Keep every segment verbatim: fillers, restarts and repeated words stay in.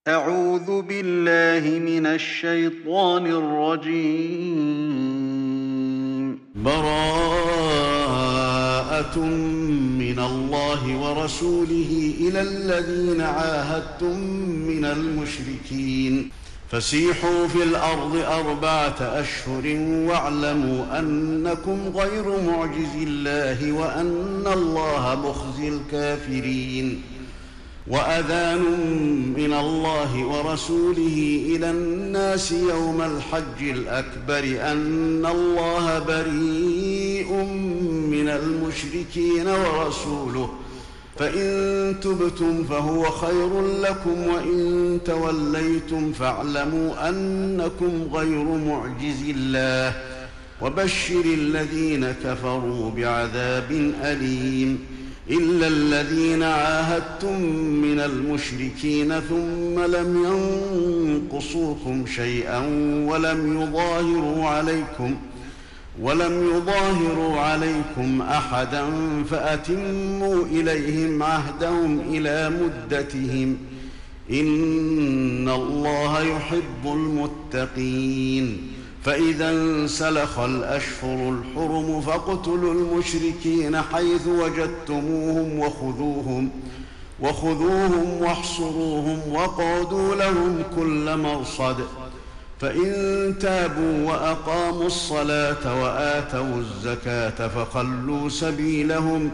أعوذ بالله من الشيطان الرجيم. براءة من الله ورسوله إلى الذين عاهدتم من المشركين فسيحوا في الأرض أربعة أشهر واعلموا أنكم غير معجز الله وأن الله مخزي الكافرين. وأذان من الله ورسوله إلى الناس يوم الحج الأكبر أن الله بريء من المشركين ورسوله فإن تبتم فهو خير لكم وإن توليتم فاعلموا أنكم غير معجز الله وبشر الذين كفروا بعذاب أليم. إلا الذين عاهدتم من المشركين ثم لم ينقصوكم شيئا ولم يظاهروا عليكم ولم يظاهروا عليكم أحدا فأتموا إليهم عهدهم إلى مدتهم إن الله يحب المتقين. فإذا انسلخ الأشهر الحرم فاقتلوا المشركين حيث وجدتموهم وخذوهم وخذوهم واحصروهم واقعدوا لهم كل مرصد. فإن تابوا وأقاموا الصلاة وآتوا الزكاة فخلوا سبيلهم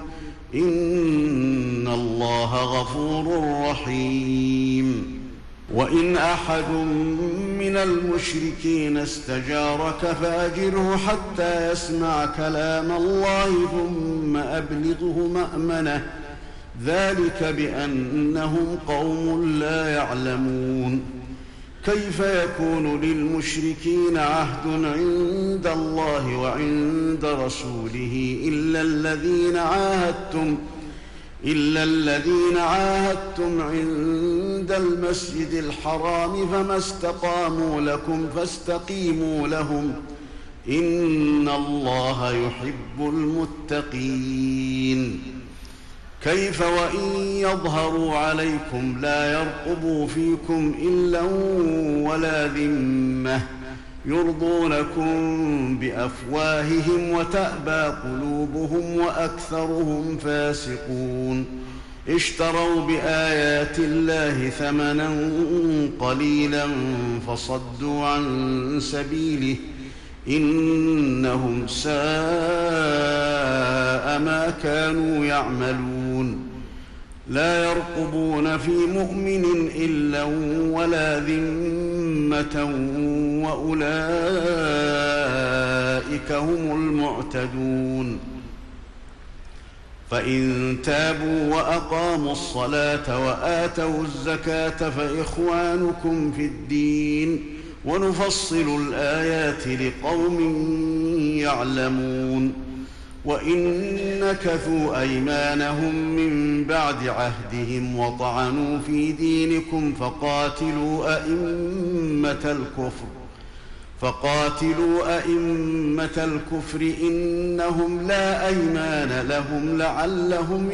إن الله غفور رحيم. وإن أحد من المشركين استجارك فأجره حتى يسمع كلام الله ثم أبلغه مأمنه ذلك بأنهم قوم لا يعلمون. كيف يكون للمشركين عهد عند الله وعند رسوله إلا الذين عاهدتم إلا الذين عاهدتم عند المسجد الحرام فما استقاموا لكم فاستقيموا لهم إن الله يحب المتقين. كيف وإن يظهروا عليكم لا يرقبوا فيكم إلا ولا ذمة يرضونكم بأفواههم وتأبى قلوبهم وأكثرهم فاسقون. اشتروا بآيات الله ثمنا قليلا فصدوا عن سبيله إنهم ساء ما كانوا يعملون. لا يرقبون في مؤمن إلا ولا ذمة وأولئك هم المعتدون. فإن تابوا وأقاموا الصلاة وآتوا الزكاة فإخوانكم في الدين ونفصل الآيات لقوم يعلمون. وإن نكثوا أيمانهم من بعد عهدهم وطعنوا في دينكم فقاتلوا أئمة الكفر فقاتلوا أئمة الكفر إنهم لا أيمان لهم لعلهم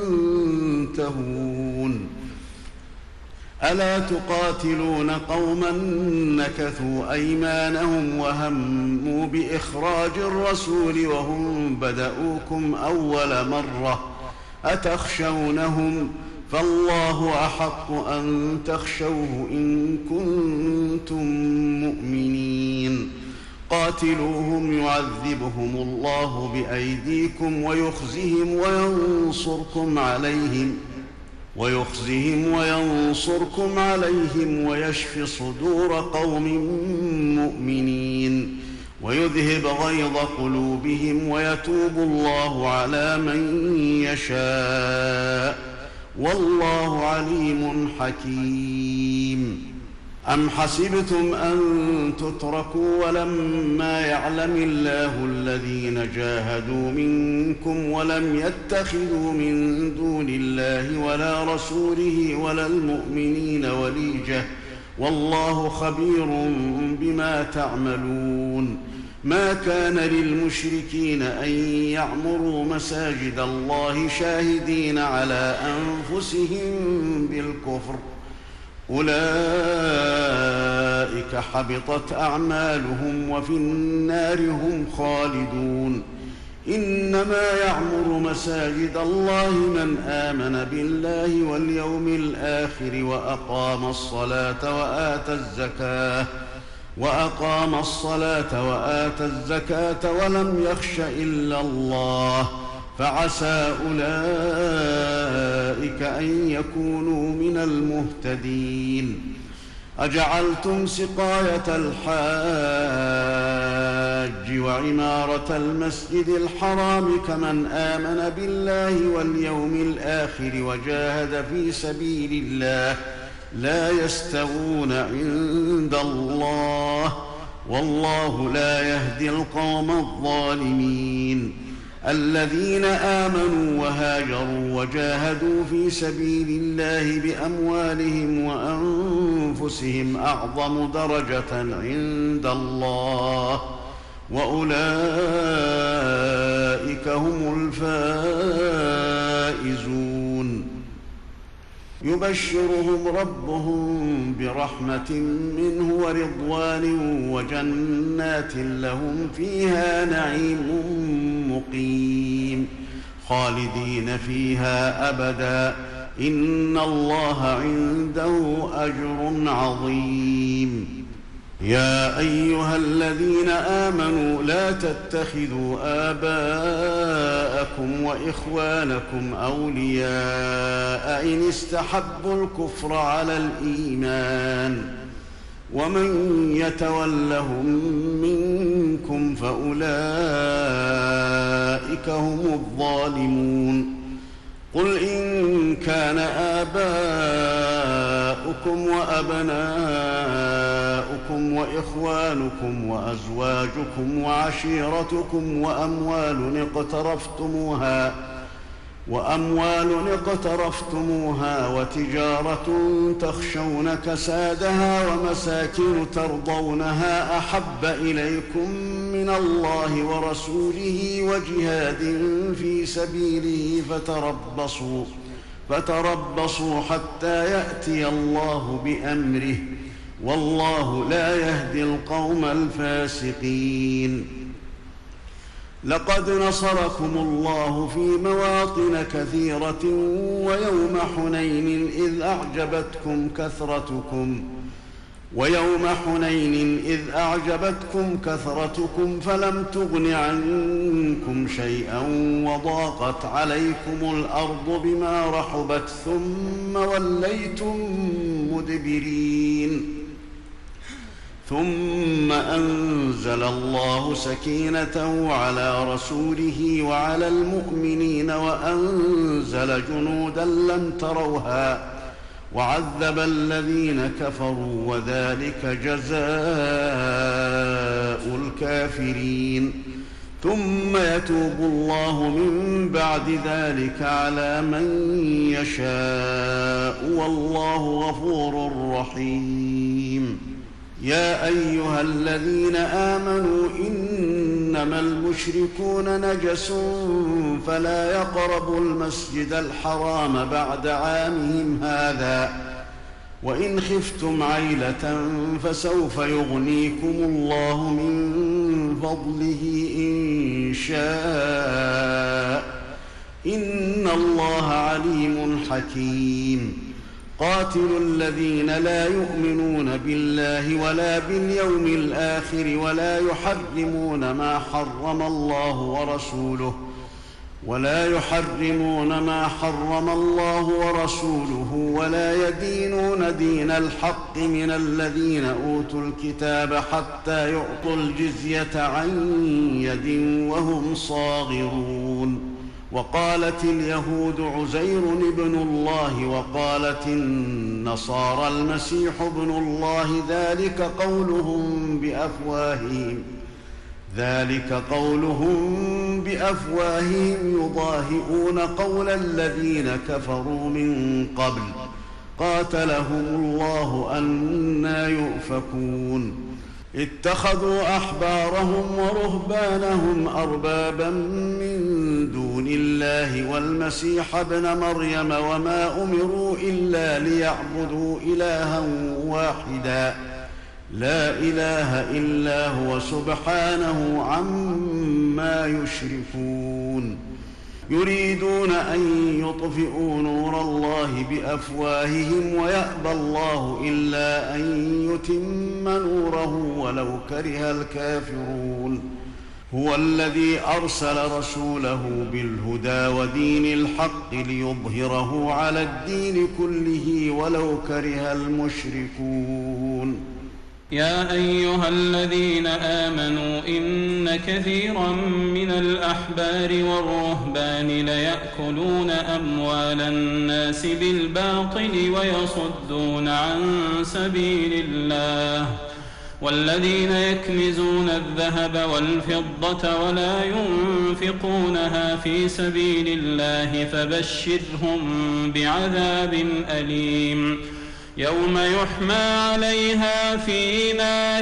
ينتهون. ألا تقاتلون قوما نكثوا أيمانهم وهموا بإخراج الرسول وهم بدؤوكم أول مرة أتخشونهم فالله أحق أن تخشوه إن كنتم مؤمنين. قاتلوهم يعذبهم الله بأيديكم ويخزهم وينصركم عليهم ويخزهم وينصركم عليهم ويشف صدور قوم مؤمنين ويذهب غيظ قلوبهم ويتوب الله على من يشاء والله عليم حكيم. أم حسبتم أن تتركوا ولما يعلم الله الذين جاهدوا منكم ولم يتخذوا من دون الله ولا رسوله ولا المؤمنين وليجة والله خبير بما تعملون. ما كان للمشركين أن يعمروا مساجد الله شاهدين على أنفسهم بالكفر أولئك حبطت أعمالهم وفي النار هم خالدون. إنما يعمر مساجد الله من آمن بالله واليوم الآخر وأقام الصلاة وآتى الزكاة وأقام الصلاة وآتى الزكاة ولم يخش إلا الله فعسى أولئك أن يكونوا من المهتدين. أجعلتم سقاية الحاج وعمارة المسجد الحرام كمن آمن بالله واليوم الآخر وجاهد في سبيل الله لا يستوون عند الله والله لا يهدي القوم الظالمين. الذين آمنوا وهاجروا وجاهدوا في سبيل الله بأموالهم وأنفسهم أعظم درجة عند الله وأولئك هم الفائزون. يبشرهم ربهم برحمة منه ورضوان وجنات لهم فيها نعيم مقيم خالدين فيها أبدا إن الله عنده أجر عظيم. يا أيها الذين آمنوا لا تتخذوا آباءكم وإخوانكم أولياء إن استحبوا الكفر على الإيمان ومن يتولهم منكم فأولئك هم الظالمون. قل إن كان آباؤكم وأبناؤكم وإخوانكم وأزواجكم وعشيرتكم وأموال اقترفتموها وأموال اقترفتموها وتجارة تخشون كسادها ومساكن ترضونها أحب إليكم من الله ورسوله وجهاد في سبيله فتربصوا فتربصوا حتى يأتي الله بأمره والله لا يهدي القوم الفاسقين. لقد نصركم الله في مواطن كثيرة ويوم حنين إذ أعجبتكم كثرتكم ويوم حنين إذ أعجبتكم كثرتكم فلم تغن عنكم شيئا وضاقت عليكم الأرض بما رحبت ثم وليتم مدبرين. ثم أنزل الله سكينته على رسوله وعلى المؤمنين وأنزل جنودا لم تروها وعذب الذين كفروا وذلك جزاء الكافرين. ثم يتوب الله من بعد ذلك على من يشاء والله غفور رحيم. يا أيها الذين آمنوا إنما المشركون نجس فلا يقربوا المسجد الحرام بعد عامهم هذا وإن خفتم عيلة فسوف يغنيكم الله من فضله إن شاء إن الله عليم حكيم. قاتلوا الذين لا يؤمنون بالله ولا باليوم الآخر ولا يحرمون ما حرم الله ورسوله ولا يحرمون ما حرم الله ورسوله ولا يدينون دين الحق من الذين أوتوا الكتاب حتى يعطوا الجزية عن يد وهم صاغرون. وقالت اليهود عزير ابن الله وقالت النصارى المسيح ابن الله ذلك قولهم بأفواههم ذلك قولهم بأفواههم يضاهئون قول الذين كفروا من قبل قاتلهم الله أنى يؤفكون. اتخذوا أحبارهم ورهبانهم أربابا من دون الله والمسيح ابن مريم وما أمروا إلا ليعبدوا إلها واحدا لا إله إلا هو سبحانه عما يشركون يريدون أن يطفئوا نور الله بأفواههم ويأبى الله إلا أن يتم نوره ولو كره الكافرون هو الذي أرسل رسوله بالهدى ودين الحق ليظهره على الدين كله ولو كره المشركون يا أيها الذين آمنوا إن كثيرا من الأحبار والرهبان ليأكلون أموال الناس بالباطل ويصدون عن سبيل الله والذين يكنزون الذهب والفضة ولا ينفقونها في سبيل الله فبشرهم بعذاب أليم يوم يحمى عليها في نار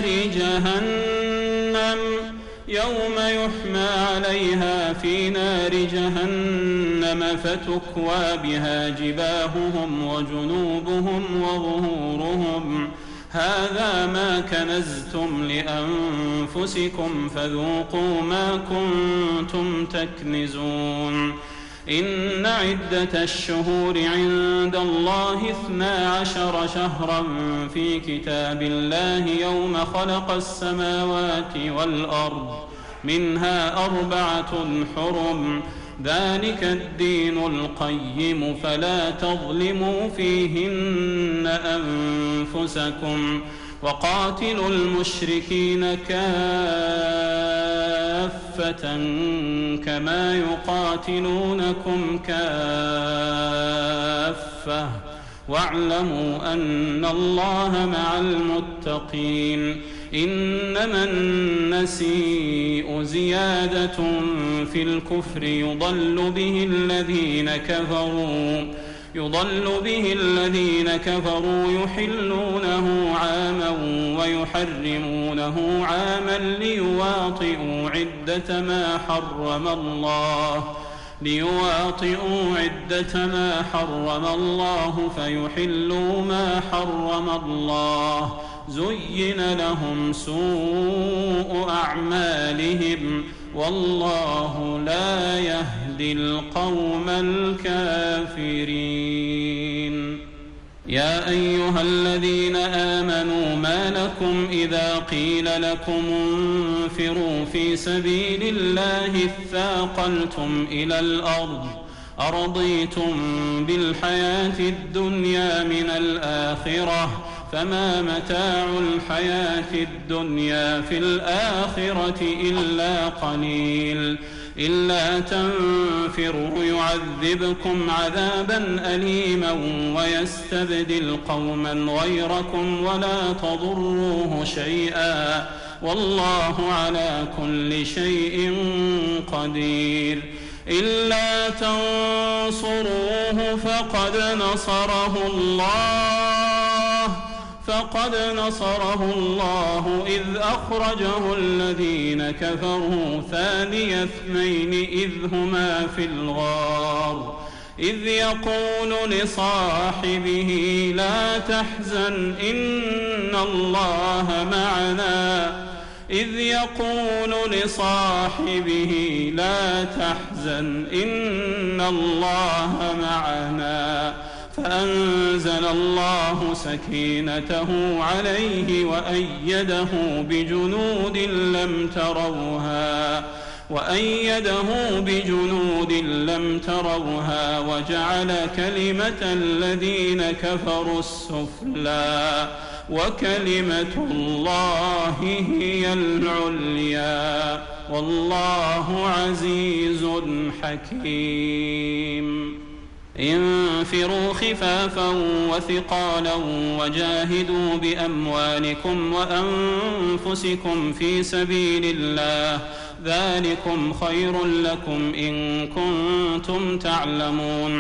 جهنم يوم يحمى عليها في نار جهنم فتكوى بها جباههم وجنوبهم وظهورهم هذا ما كنزتم لأنفسكم فذوقوا ما كنتم تكنزون إن عدة الشهور عند الله اثنا عشر شهرا في كتاب الله يوم خلق السماوات والأرض منها أربعة حرم ذلك الدين القيم فلا تظلموا فيهن أنفسكم وقاتلوا المشركين كافة كما يقاتلونكم كافة واعلموا أن الله مع المتقين إنما النسيء زيادة في الكفر يضل به الذين كفروا يضل به الذين كفروا يحلونه عاما ويحرمونه عاما ليواطئوا عدة ما حرم الله ليواطئوا عدة ما حرم الله فيحلوا ما حرم الله زين لهم سوء أعمالهم والله لا يهدي القوم الكافرين يا أيها الذين آمنوا ما لكم إذا قيل لكم انفروا في سبيل الله اثاقلتم إلى الأرض أرضيتم بالحياة الدنيا من الآخرة فما متاع الحياة الدنيا في الآخرة إلا قليل إلا تنفروا يعذبكم عذابا أليما ويستبدل قوما غيركم ولا تضروه شيئا والله على كل شيء قدير إلا تنصروه فقد نصره الله فقد نصره الله إذ أخرجه الذين كفروا ثاني اثنين إذ هما في الغار إذ يقول لصاحبه لا تحزن إن الله معنا إذ يقول لصاحبه لا تحزن إن الله معنا فأنزل الله سكينته عليه وأيده بجنود لم تروها وأيده بجنود لم تروها وجعل كلمة الذين كفروا السفلى وكلمة الله هي العليا والله عزيز حكيم انفروا خفافا وثقالا وجاهدوا بأموالكم وأنفسكم في سبيل الله ذلكم خير لكم إن كنتم تعلمون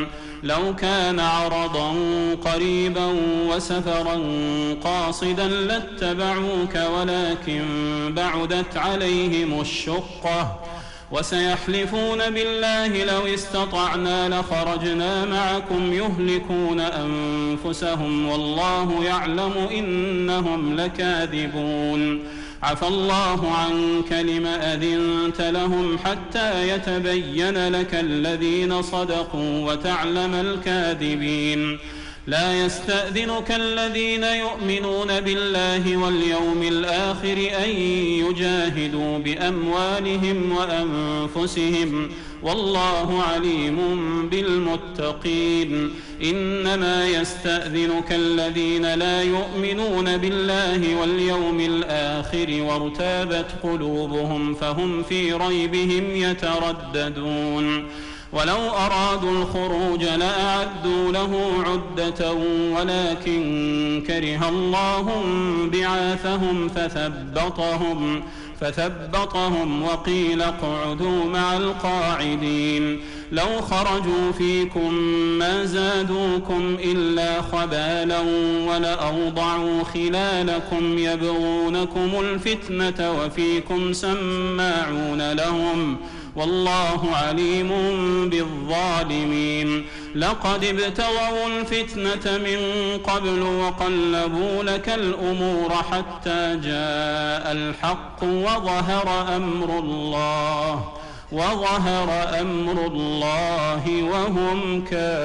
لو كان عرضا قريبا وسفرا قاصدا لاتبعوك ولكن بعدت عليهم الشقة وسيحلفون بالله لو استطعنا لخرجنا معكم يهلكون أنفسهم والله يعلم إنهم لكاذبون عفى الله عنك لم أذنت لهم حتى يتبين لك الذين صدقوا وتعلم الكاذبين لا يستأذنك الذين يؤمنون بالله واليوم الآخر أن يجاهدوا بأموالهم وأنفسهم والله عليم بالمتقين إنما يستأذنك الذين لا يؤمنون بالله واليوم الآخر وارتابت قلوبهم فهم في ريبهم يترددون ولو أرادوا الخروج لأعدوا له عدة ولكن كره الله بعاثهم فثبطهم فثبطهم وقيل اقعدوا مع القاعدين لو خرجوا فيكم ما زادوكم إلا خبالا ولأوضعوا خلالكم يبغونكم الفتنة وفيكم سماعون لهم والله عليم بالظالمين لقد ابتغوا الفتنة من قبل وقلبوا لك الأمور حتى جاء الحق وظهر أمر الله وظهر أمر الله وهم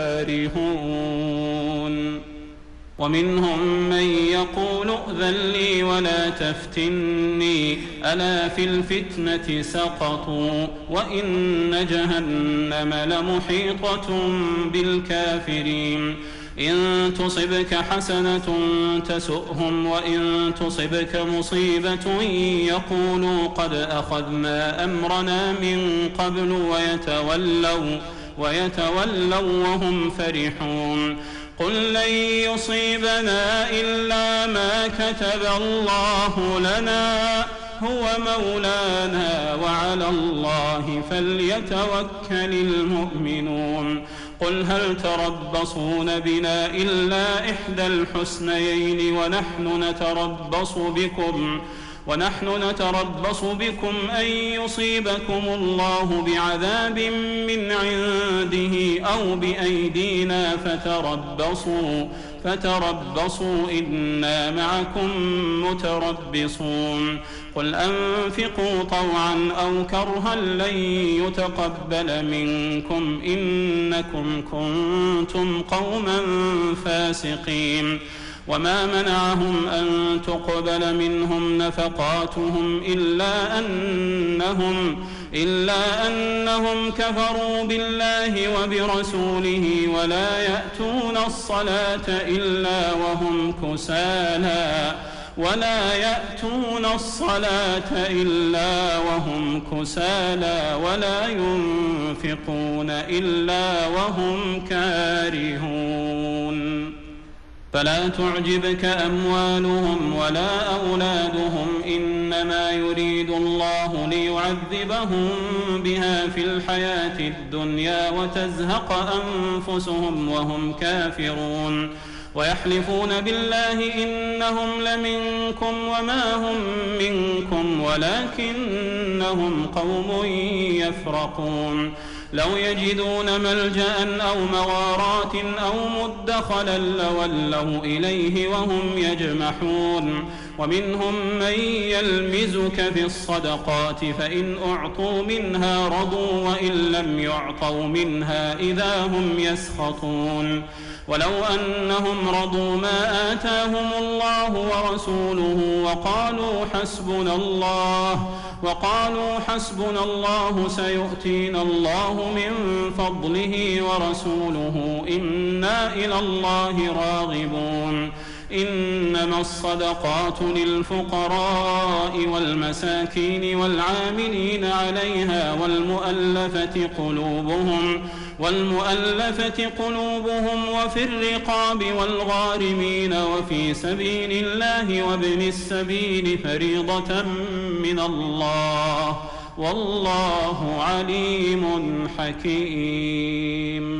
كارهون ومنهم من يقول ائذن لي ولا تفتني ألا في الفتنة سقطوا وإن جهنم لمحيطة بالكافرين إن تصبك حسنة تسؤهم وإن تصبك مصيبة يقولوا قد أخذنا أمرنا من قبل ويتولوا ويتولوا وهم فرحون قل لن يصيبنا إلا ما كتب الله لنا هو مولانا وعلى الله فليتوكل المؤمنون قل هل تربصون بنا إلا إحدى الحسنيين ونحن نتربص بكم ونحن نتربص بكم أن يصيبكم الله بعذاب من عنده أو بأيدينا فتربصوا فتربصوا إنا معكم متربصون قل أنفقوا طوعا أو كرها لن يتقبل منكم إنكم كنتم قوما فاسقين وما منعهم أن تقبل منهم نفقاتهم إلا أنهم إلا أنهم كفروا بالله وبرسوله ولا يأتون الصلاة إلا وهم كسالى ولا يأتون الصلاة إلا وهم كسالى ولا ينفقون إلا وهم كارهون فلا تعجبك أموالهم ولا أولادهم إنما يريد الله ليعذبهم بها في الحياة الدنيا وتزهق أنفسهم وهم كافرون ويحلفون بالله إنهم لمنكم وما هم منكم ولكنهم قوم يفرقون لو يجدون ملجأ أو مغارات أو مدخلا لولوا إليه وهم يجمحون ومنهم من يلمزك في الصدقات فإن أعطوا منها رضوا وإن لم يعطوا منها إذا هم يسخطون ولو أنهم رضوا ما آتاهم الله ورسوله وقالوا حسبنا الله وقالوا حسبنا الله سيؤتينا الله من فضله ورسوله إنا إلى الله راغبون إنما الصدقات للفقراء والمساكين والعاملين عليها والمؤلفة قلوبهم والمؤلفة قلوبهم وفي الرقاب والغارمين وفي سبيل الله وابن السبيل فريضة من الله والله عليم حكيم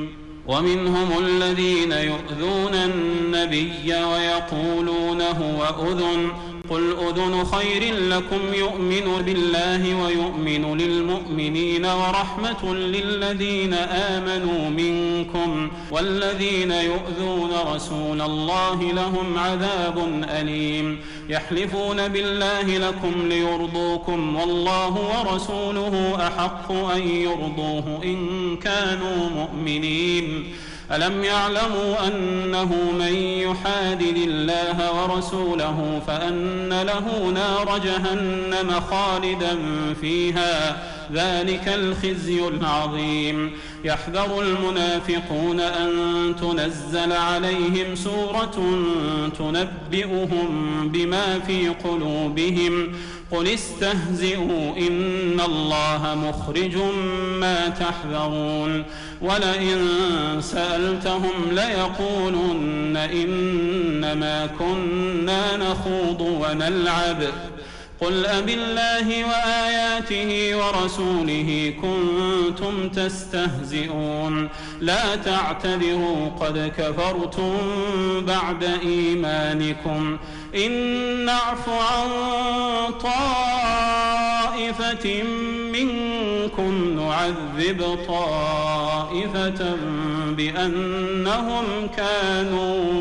ومنهم الذين يؤذون النبي ويقولون هو أذن قل أذن خير لكم يؤمن بالله ويؤمن للمؤمنين ورحمة للذين آمنوا منكم والذين يؤذون رسول الله لهم عذاب أليم يحلفون بالله لكم ليرضوكم والله ورسوله أحق أن يرضوه إن كانوا مؤمنين ألم يعلموا أنه من يحادد الله ورسوله فأن له نار جهنم خالدا فيها ذلك الخزي العظيم يحذر المنافقون أن تنزل عليهم سورة تنبئهم بما في قلوبهم قل استهزئوا إن الله مخرج ما تحذرون ولئن سألتهم ليقولن إنما كنا نخوض ونلعب قل أبالله وآياته ورسوله كنتم تستهزئون لا تعتذروا قد كفرتم بعد إيمانكم إن نعف عن طائفة منكم نعذب طائفة بأنهم كانوا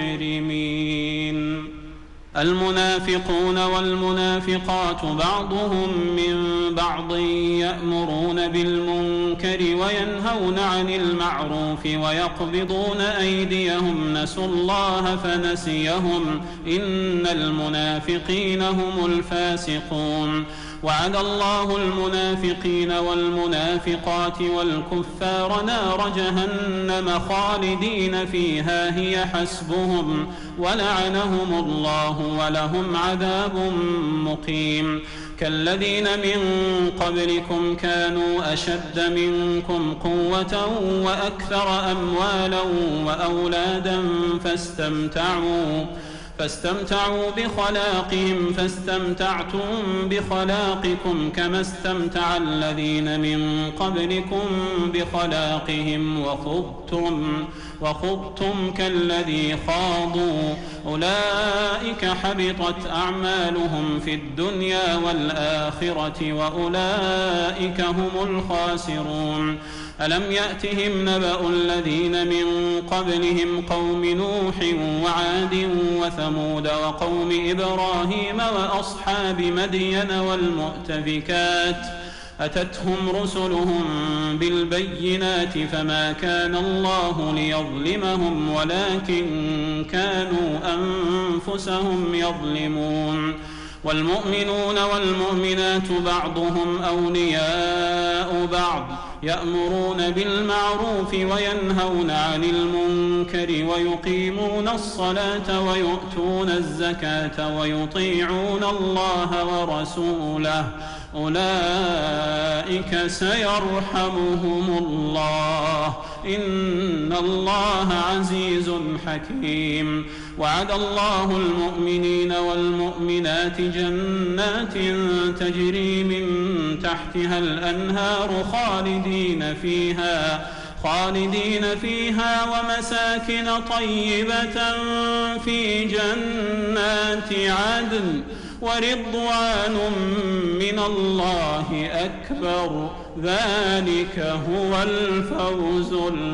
مجرمين المنافقون والمنافقات بعضهم من بعض يأمرون بالمنكر وينهون عن المعروف ويقبضون أيديهم نسوا الله فنسيهم إن المنافقين هم الفاسقون وعد الله المنافقين والمنافقات والكفار نار جهنم خالدين فيها هي حسبهم ولعنهم الله ولهم عذاب مقيم كالذين من قبلكم كانوا أشد منكم قوة وأكثر أموالا وأولادا فاستمتعوا فاستمتعوا بخلاقهم فاستمتعتم بخلاقكم كما استمتع الذين من قبلكم بخلاقهم وخضتم وخضتم كالذي خاضوا أولئك حبطت أعمالهم في الدنيا والآخرة وأولئك هم الخاسرون ألم يأتهم نبأ الذين من قبلهم قوم نوح وعاد وثمود وقوم إبراهيم وأصحاب مدين والمؤتفكات أتتهم رسلهم بالبينات فما كان الله ليظلمهم ولكن كانوا أنفسهم يظلمون والمؤمنون والمؤمنات بعضهم أولياء بعض يأمرون بالمعروف وينهون عن المنكر ويقيمون الصلاة ويؤتون الزكاة ويطيعون الله ورسوله أولئك سيرحمهم الله إن الله عزيز حكيم وعد الله المؤمنين والمؤمنات جنات تجري من تحتها الأنهار خالدين فيها خالدين فيها ومساكن طيبة في جنات عدن ورضوان من الله أكبر ذلك هو الفوز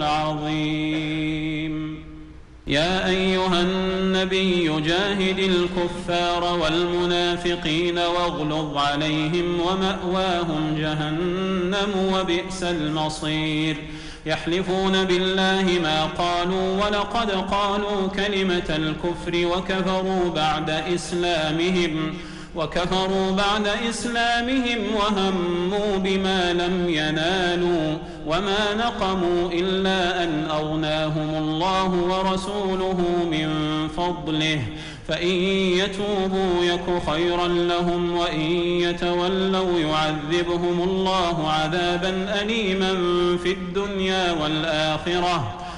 العظيم يا أيها النبي جاهد الكفار والمنافقين واغلظ عليهم ومأواهم جهنم وبئس المصير يحلفون بالله ما قالوا ولقد قالوا كلمة الكفر وكفروا بعد إسلامهم وكفروا بعد إسلامهم وهموا بما لم ينالوا وما نقموا إلا أن أغناهم الله ورسوله من فضله فإن يتوبوا يك خيرا لهم وإن يتولوا يعذبهم الله عذابا أليما في الدنيا والآخرة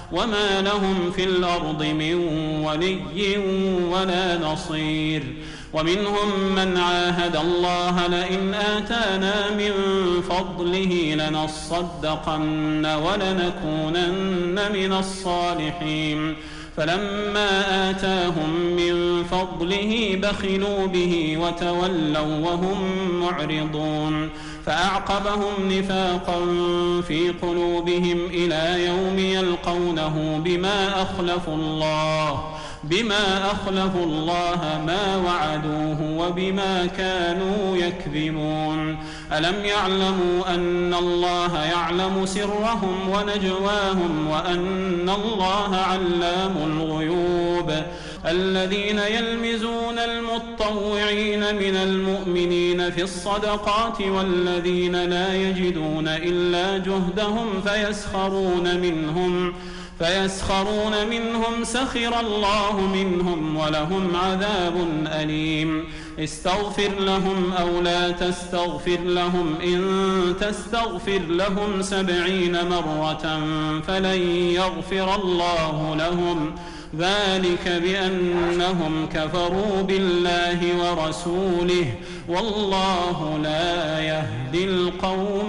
وما لهم في الأرض من ولي ولا نصير. ومنهم من عاهد الله لئن آتانا من فضله لنصدقن ولنكونن من الصالحين، فلما آتاهم من فضله بخلوا به وتولوا وهم معرضون، فأعقبهم نفاقا في قلوبهم إلى يوم يلقونه بما أخلفوا الله بما أخلفوا الله ما وعدوه وبما كانوا يكذبون. ألم يعلموا أن الله يعلم سرهم ونجواهم وأن الله علام الغيوب؟ الذين يلمزون المطوعين من المؤمنين في الصدقات والذين لا يجدون إلا جهدهم فيسخرون منهم فيسخرون منهم سخر الله منهم ولهم عذاب أليم. استغفر لهم أو لا تستغفر لهم إن تستغفر لهم سبعين مرة فلن يغفر الله لهم، ذلك بأنهم كفروا بالله ورسوله والله لا يهدي القوم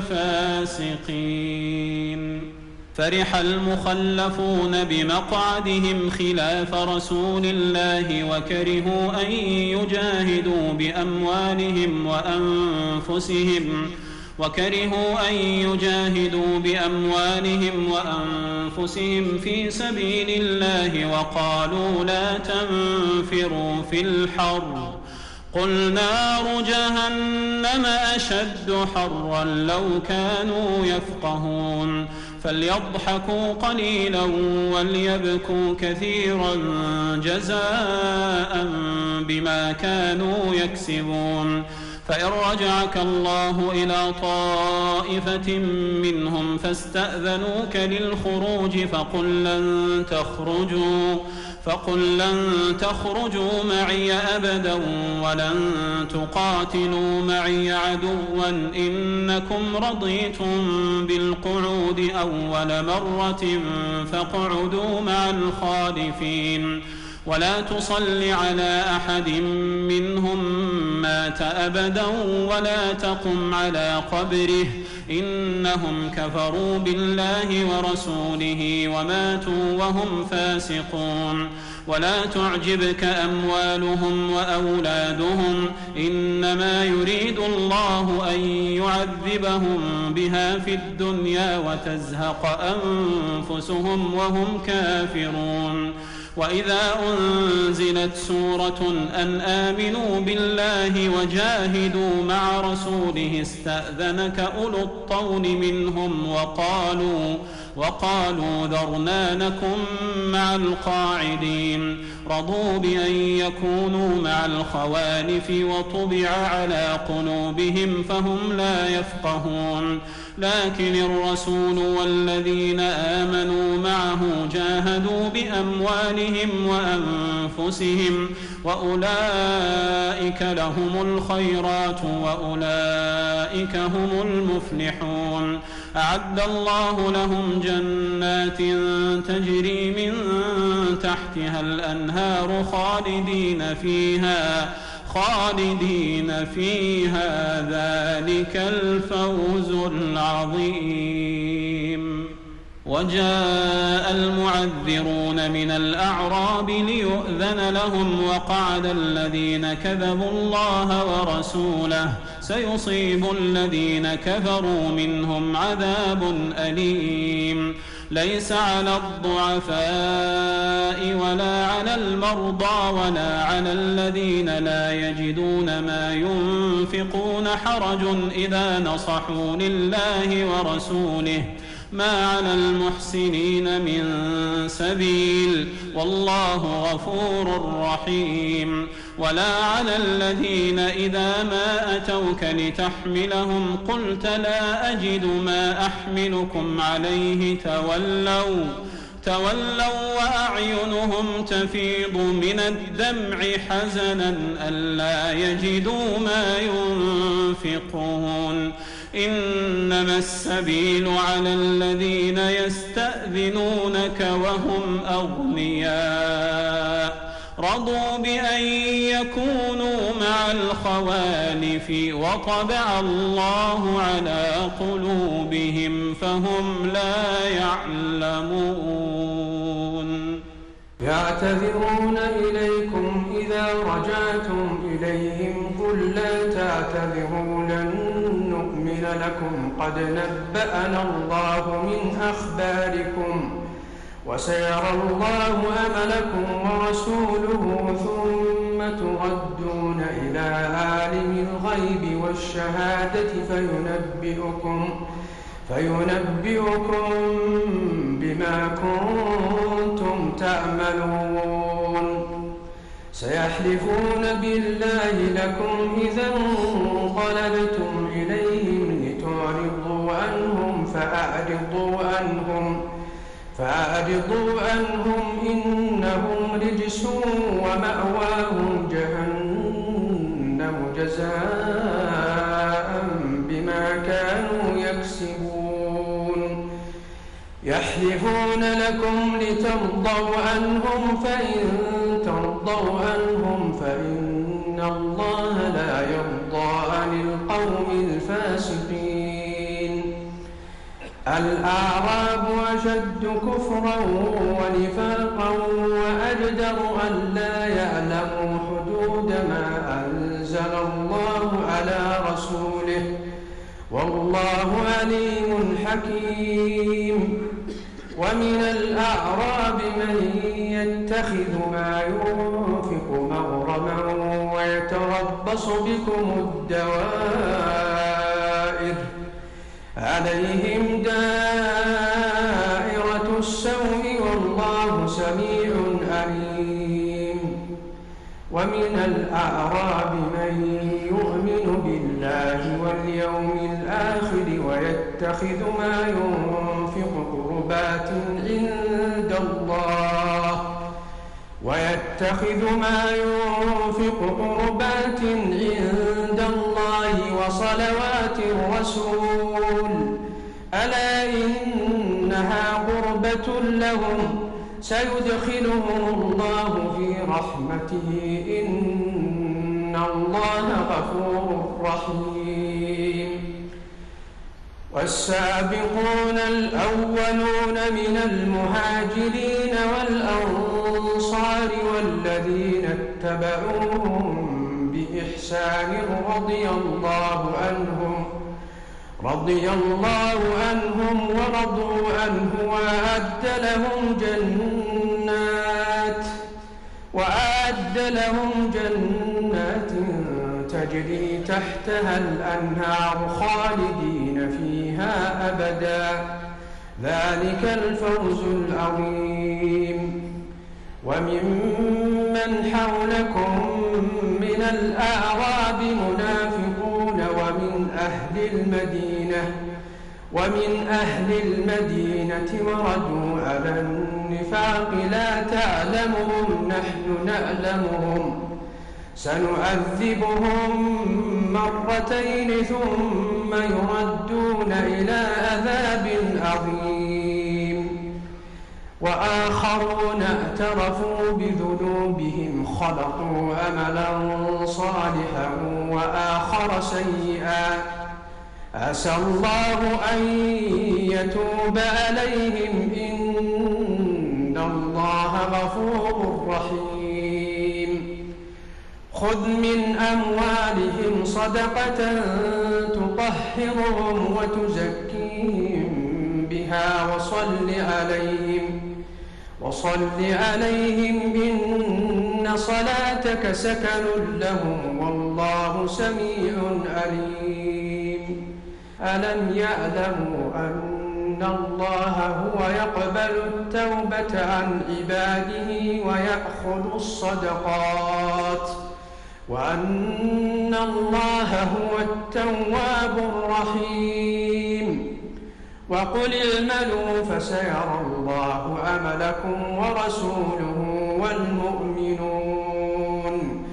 الفاسقين. فرح المخلفون بمقعدهم خلاف رسول الله وكرهوا أن يجاهدوا بأموالهم وأنفسهم وكرهوا أن يجاهدوا بأموالهم وأنفسهم في سبيل الله وقالوا لا تنفروا في الحر قل نار جهنم أشد حرا لو كانوا يفقهون. فليضحكوا قليلا وليبكوا كثيرا جزاء بما كانوا يكسبون. فإن رجعك الله إلى طائفة منهم فاستأذنوك للخروج فقل لن تخرجوا فقل لن تخرجوا معي أبدا ولن تقاتلوا معي عدوا إنكم رضيتم بالقعود أول مرة فاقعدوا مع الخالفين. ولا تصل على أحد منهم مات أبدا ولا تقم على قبره إنهم كفروا بالله ورسوله وماتوا وهم فاسقون. ولا تعجبك أموالهم وأولادهم إنما يريد الله أن يعذبهم بها في الدنيا وتزهق أنفسهم وهم كافرون. وإذا أنزلت سورة أن آمنوا بالله وجاهدوا مع رسوله استأذنك أولو الطول منهم وقالوا وقالوا ذرنا نكن مع القاعدين. رضوا بأن يكونوا مع الخوالف وطبع على قلوبهم فهم لا يفقهون. لكن الرسول والذين آمنوا معه جاهدوا بأموالهم وأنفسهم وأولئك لهم الخيرات وأولئك هم المفلحون. أعد الله لهم جنات تجري من تحتها الأنهار خالدين فيها خالدين فيها ذلك الفوز العظيم. وجاء المعذرون من الأعراب ليؤذن لهم وقعد الذين كذبوا الله ورسوله سيصيب الذين كفروا منهم عذاب أليم. ليس على الضعفاء ولا على المرضى ولا على الذين لا يجدون ما ينفقون حرج إذا نصحوا لله ورسوله ما على المحسنين من سبيل والله غفور رحيم. ولا على الذين إذا ما أتوك لتحملهم قلت لا أجد ما أحملكم عليه تولوا تولوا وأعينهم تفيض من الدمع حزنا ألا يجدوا ما ينفقون. إنما السبيل على الذين يستأذنونك وهم أغنياء رضوا بأن يكونوا مع الخوالف وطبع الله على قلوبهم فهم لا يعلمون. يعتذرون إليكم إذا رجعتم إليهم قل لا تعتذروا لن نؤمن لكم قد نبأنا الله من أخباركم وسيرى الله أملكم ورسوله ثم تردون إلى عالم الغيب والشهادة فينبئكم, فينبئكم بما كنتم تعملون. سيحلفون بالله لكم إذا انقلبتم إليهم لتعرضوا عنهم فأعرضوا عنهم فأعرضوا عنهم إنهم رجس ومأواهم جهنم جزاء بما كانوا يكسبون. يحلفون لكم لترضوا عنهم فإن ترضوا عنهم فإن الله لا يرضى عن القوم الفاسقين. الأعراب أشد كفرا ونفاقا وأجدر أن لا يعلموا حدود ما أنزل الله على رسوله والله عليم حكيم. ومن الأعراب من يتخذ ما ينفق مغرما ويتربص بكم الدوائر عليهم دائرة السوء والله سميع عليم. ومن الأعراب من يؤمن بالله واليوم الآخر ويتخذ ما ينفق قربات عند الله ويتخذ ما ينفق قربات عند الله وصلوات الرسول ألا إنها قربة لهم سيدخلهم الله في رحمته إن الله غفور رحيم. والسابقون الأولون من المهاجرين والأنصار والذين اتبعوهم بإحسان رضي الله عنهم رضي الله عنهم ورضوا عنه وأعد لهم جنات وأعد لهم جنات تجري تحتها الأنهار خالدين فيها أبدا ذلك الفوز العظيم. وممن حولكم من الأعراب منافقون ومن أهل المدينة ومن أهل المدينة مردوا على النفاق لا تعلمهم نحن نعلمهم سنعذبهم مرتين ثم يردون إلى عذاب عظيم. وآخرون اعترفوا بذنوبهم خلقوا عملا صالحا وآخر سيئا عسى الله أن يتوب عليهم إن الله غفور رحيم. خذ من أموالهم صدقة تطهرهم وتزكيهم بها وصل عليهم وصل عليهم إن صلاتك سكن لهم والله سميع عليم. ألم يعلموا أن الله هو يقبل التوبة عن عباده ويأخذ الصدقات وأن الله هو التواب الرحيم. وقل اعملوا فسيرى الله عملكم ورسوله والمؤمنون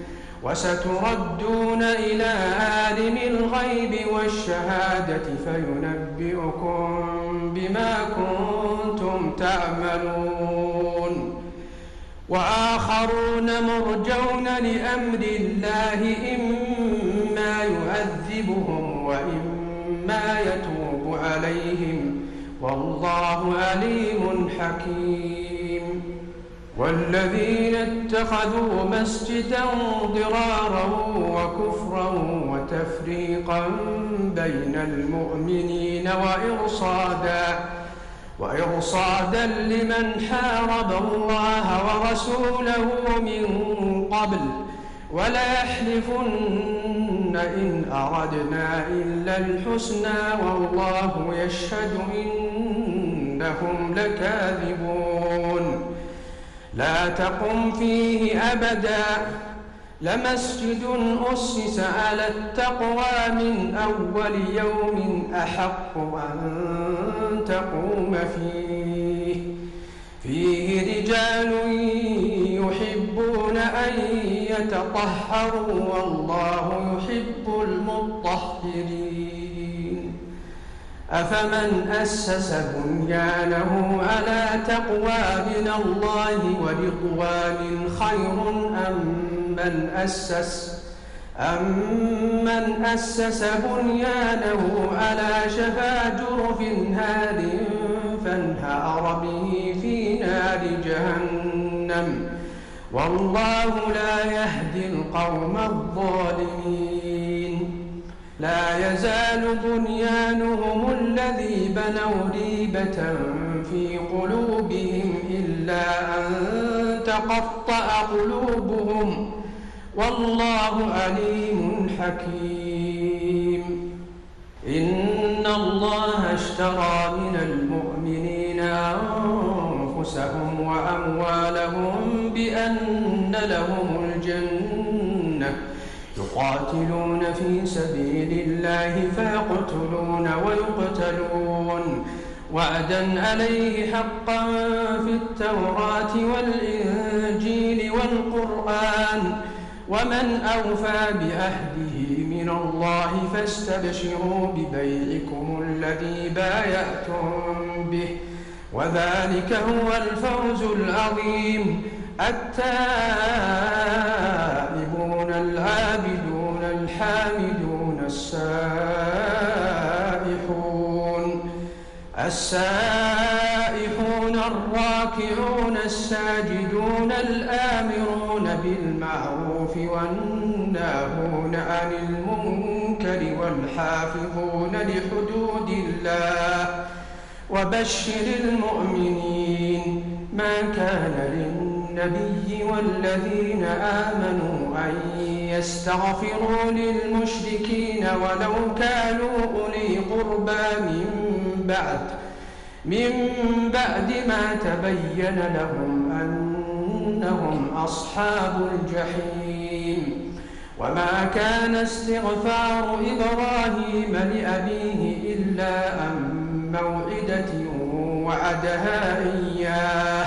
وستردون إلى عالم الغيب والشهادة فينبئكم بما كنتم تعملون وآخرون مرجون لأمر الله إما يعذبهم وإما يتوب عليهم والله عليم حكيم والذين اتخذوا مسجدا ضرارا وكفرا وتفريقا بين المؤمنين وإرصادا وإرصادا لمن حارب الله ورسوله من قبل ولا يحلفن إن أردنا إلا الحسنى والله يشهد إنهم لكاذبون لا تقم فيه أبدا لمسجد أسس على التقوى من أول يوم أحق أن تقوم فيه فيه رجال يحبون أن يتطهروا والله يحب المطهرين أفمن أسس بنيانه على تقوى من الله ورضوان خير أم من أسس أمن أسس بنيانه على شفا جرف هار فانهار به في نار جهنم والله لا يهدي القوم الظالمين لا يزال بنيانهم الذي بنوا ريبة في قلوبهم إلا أن تقطع قلوبهم والله عليم حكيم إن الله اشترى من المؤمنين أنفسهم وأموالهم بأن لهم الجنة يقاتلون في سبيل الله فيقتلون ويقتلون وعدا عليه حقا في التوراة والإنجيل والقرآن ومن أوفى بعهده من الله فاستبشروا ببيعكم الذي بايعتم به وذلك هو الفوز العظيم التائبون العابدون الحامدون السائحون السائحون الراكعون الساجدون الآمرون بالمعروف والناهون عن المنكر والحافظون لحدود الله وبشر المؤمنين ما كان للنبي والذين آمنوا أن يستغفروا للمشركين ولو كانوا أولي قربى من بعد من بعد ما تبين لهم أنهم أصحاب الجحيم وما كان استغفار إبراهيم لأبيه إلا عن موعدة وعدها إياه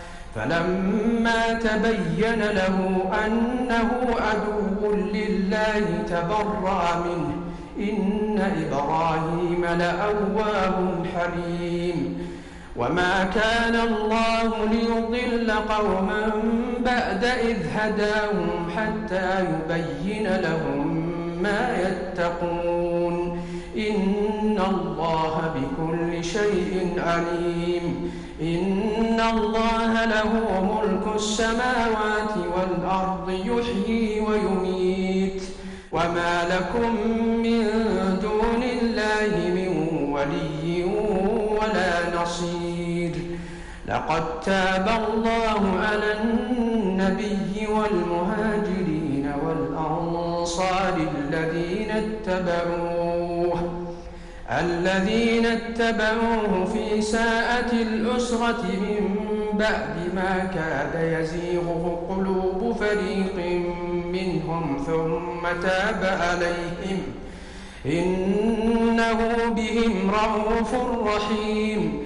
فلما تبين له أنه عدو لله تبرأ منه إن إبراهيم لأواه حليم وما كان الله ليضل قوما بعد إذ هداهم حتى يبين لهم ما يتقون إن الله بكل شيء عليم إن الله له ملك السماوات والأرض يحيي ويميت وما لكم من دون الله من ولي ولا نصير لقد تاب الله على النبي والمهاجرين والأنصار الذين اتبعوه الذين اتبعوه في ساعة العسرة من بعد ما كاد يزيغ قلوب فريق منهم ثم تاب عليهم إنه بهم رءوف رحيم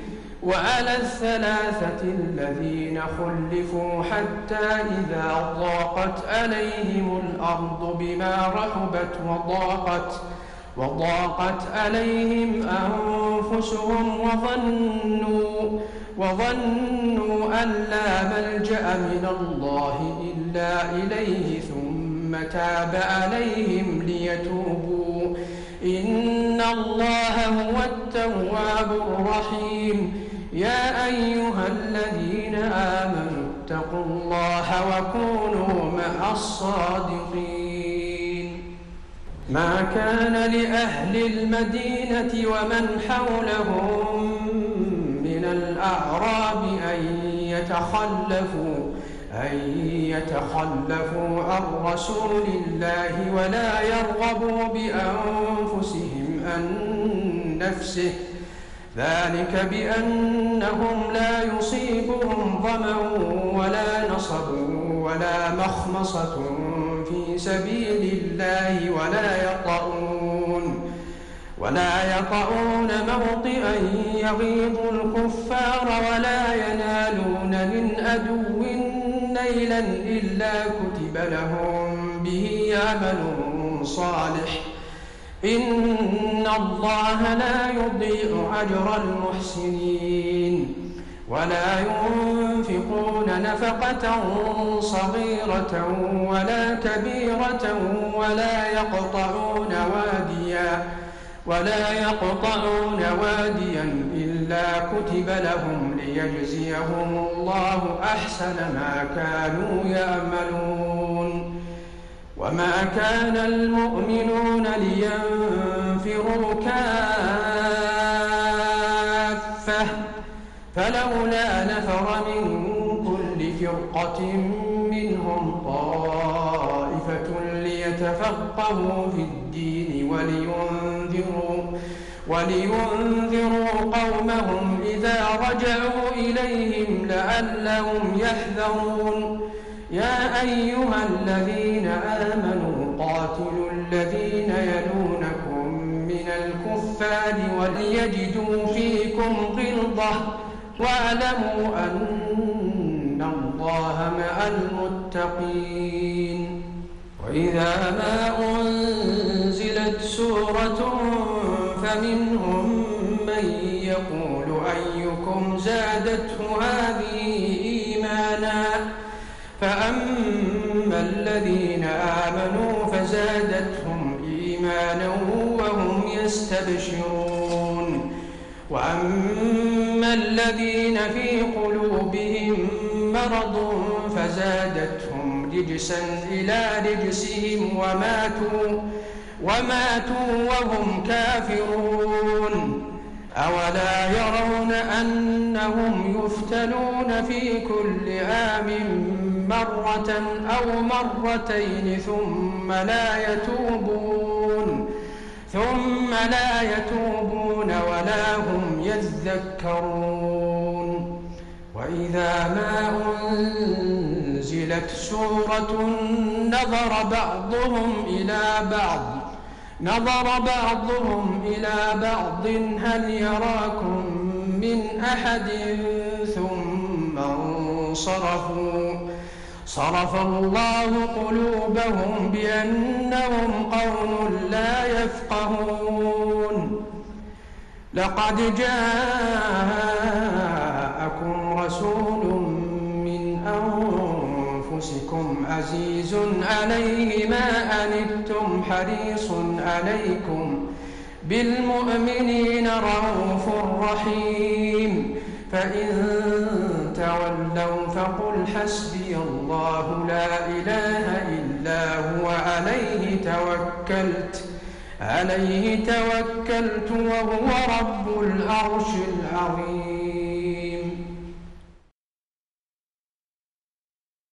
وعلى الثلاثة الذين خلفوا حتى إذا ضاقت عليهم الأرض بما رحبت وضاقت وضاقت عليهم أنفسهم وظنوا وظنوا أن لا ملجأ من الله إلا إليه ثم تاب عليهم ليتوبوا إن الله هو التواب الرحيم. يا أيها الذين آمنوا اتقوا الله وكونوا مع الصادقين. ما كان لأهل المدينة ومن حولهم من الأعراب أن يتخلفوا أن يتخلفوا عن رسول الله ولا يرغبوا بأنفسهم عن نفسه ذلك بأنهم لا يصيبهم ظمأ ولا نصب ولا مخمصة في سبيل الله ولا يطؤون ولا يطؤون موطئا يغيظ الكفار ولا ينالون من عدو نيلا إلا كتب لهم به عمل صالح إن الله لا يضيع أجر المحسنين. ولا ينفقون نفقة صغيرة ولا كبيرة ولا يقطعون واديا ولا يقطعون واديا إلا كتب لهم ليجزيهم الله أحسن ما كانوا يعملون. وما كان المؤمنون لينفروا كافة فلولا نفر من كل فرقة منهم طائفة ليتفقهوا في الدين ولينذروا ولينذروا قومهم إذا رجعوا إليهم لعلهم يحذرون. يا أيها الذين آمنوا قاتلوا الذين يلونكم من الكفار وليجدوا فيكم غلظة واعلموا أن الله مع المتقين. وإذا ما أنزلت سورة فمنهم من يقول أيكم زادته هذه إيمانا فأما الذين آمنوا فزادتهم إيمانا وهم يستبشرون وأما الذين في قلوبهم مرض فزادتهم رجسا إلى رجسهم وماتوا وماتوا وهم كافرون. أولا يرون أنهم يفتنون في كل عام مرة أو مرتين ثم لا يتوبون ثم لا يتوبون ولا هم يذكرون. وإذا ما أنزلت سورة نظر بعضهم إلى بعض نظر بعضهم إلى بعض هل يراكم من أحد ثم انصرفوا صرف الله قلوبهم بأنهم قوم لا يفقهون. لقد جاءكم رسول من أنفسكم عزيز عليه ما أنتم حريص عليكم بالمؤمنين رؤوف رحيم. فإن تولوا فقل حسبي الله لا إله إلا هو عليه توكلت عليه توكلت وهو رب العرش العظيم.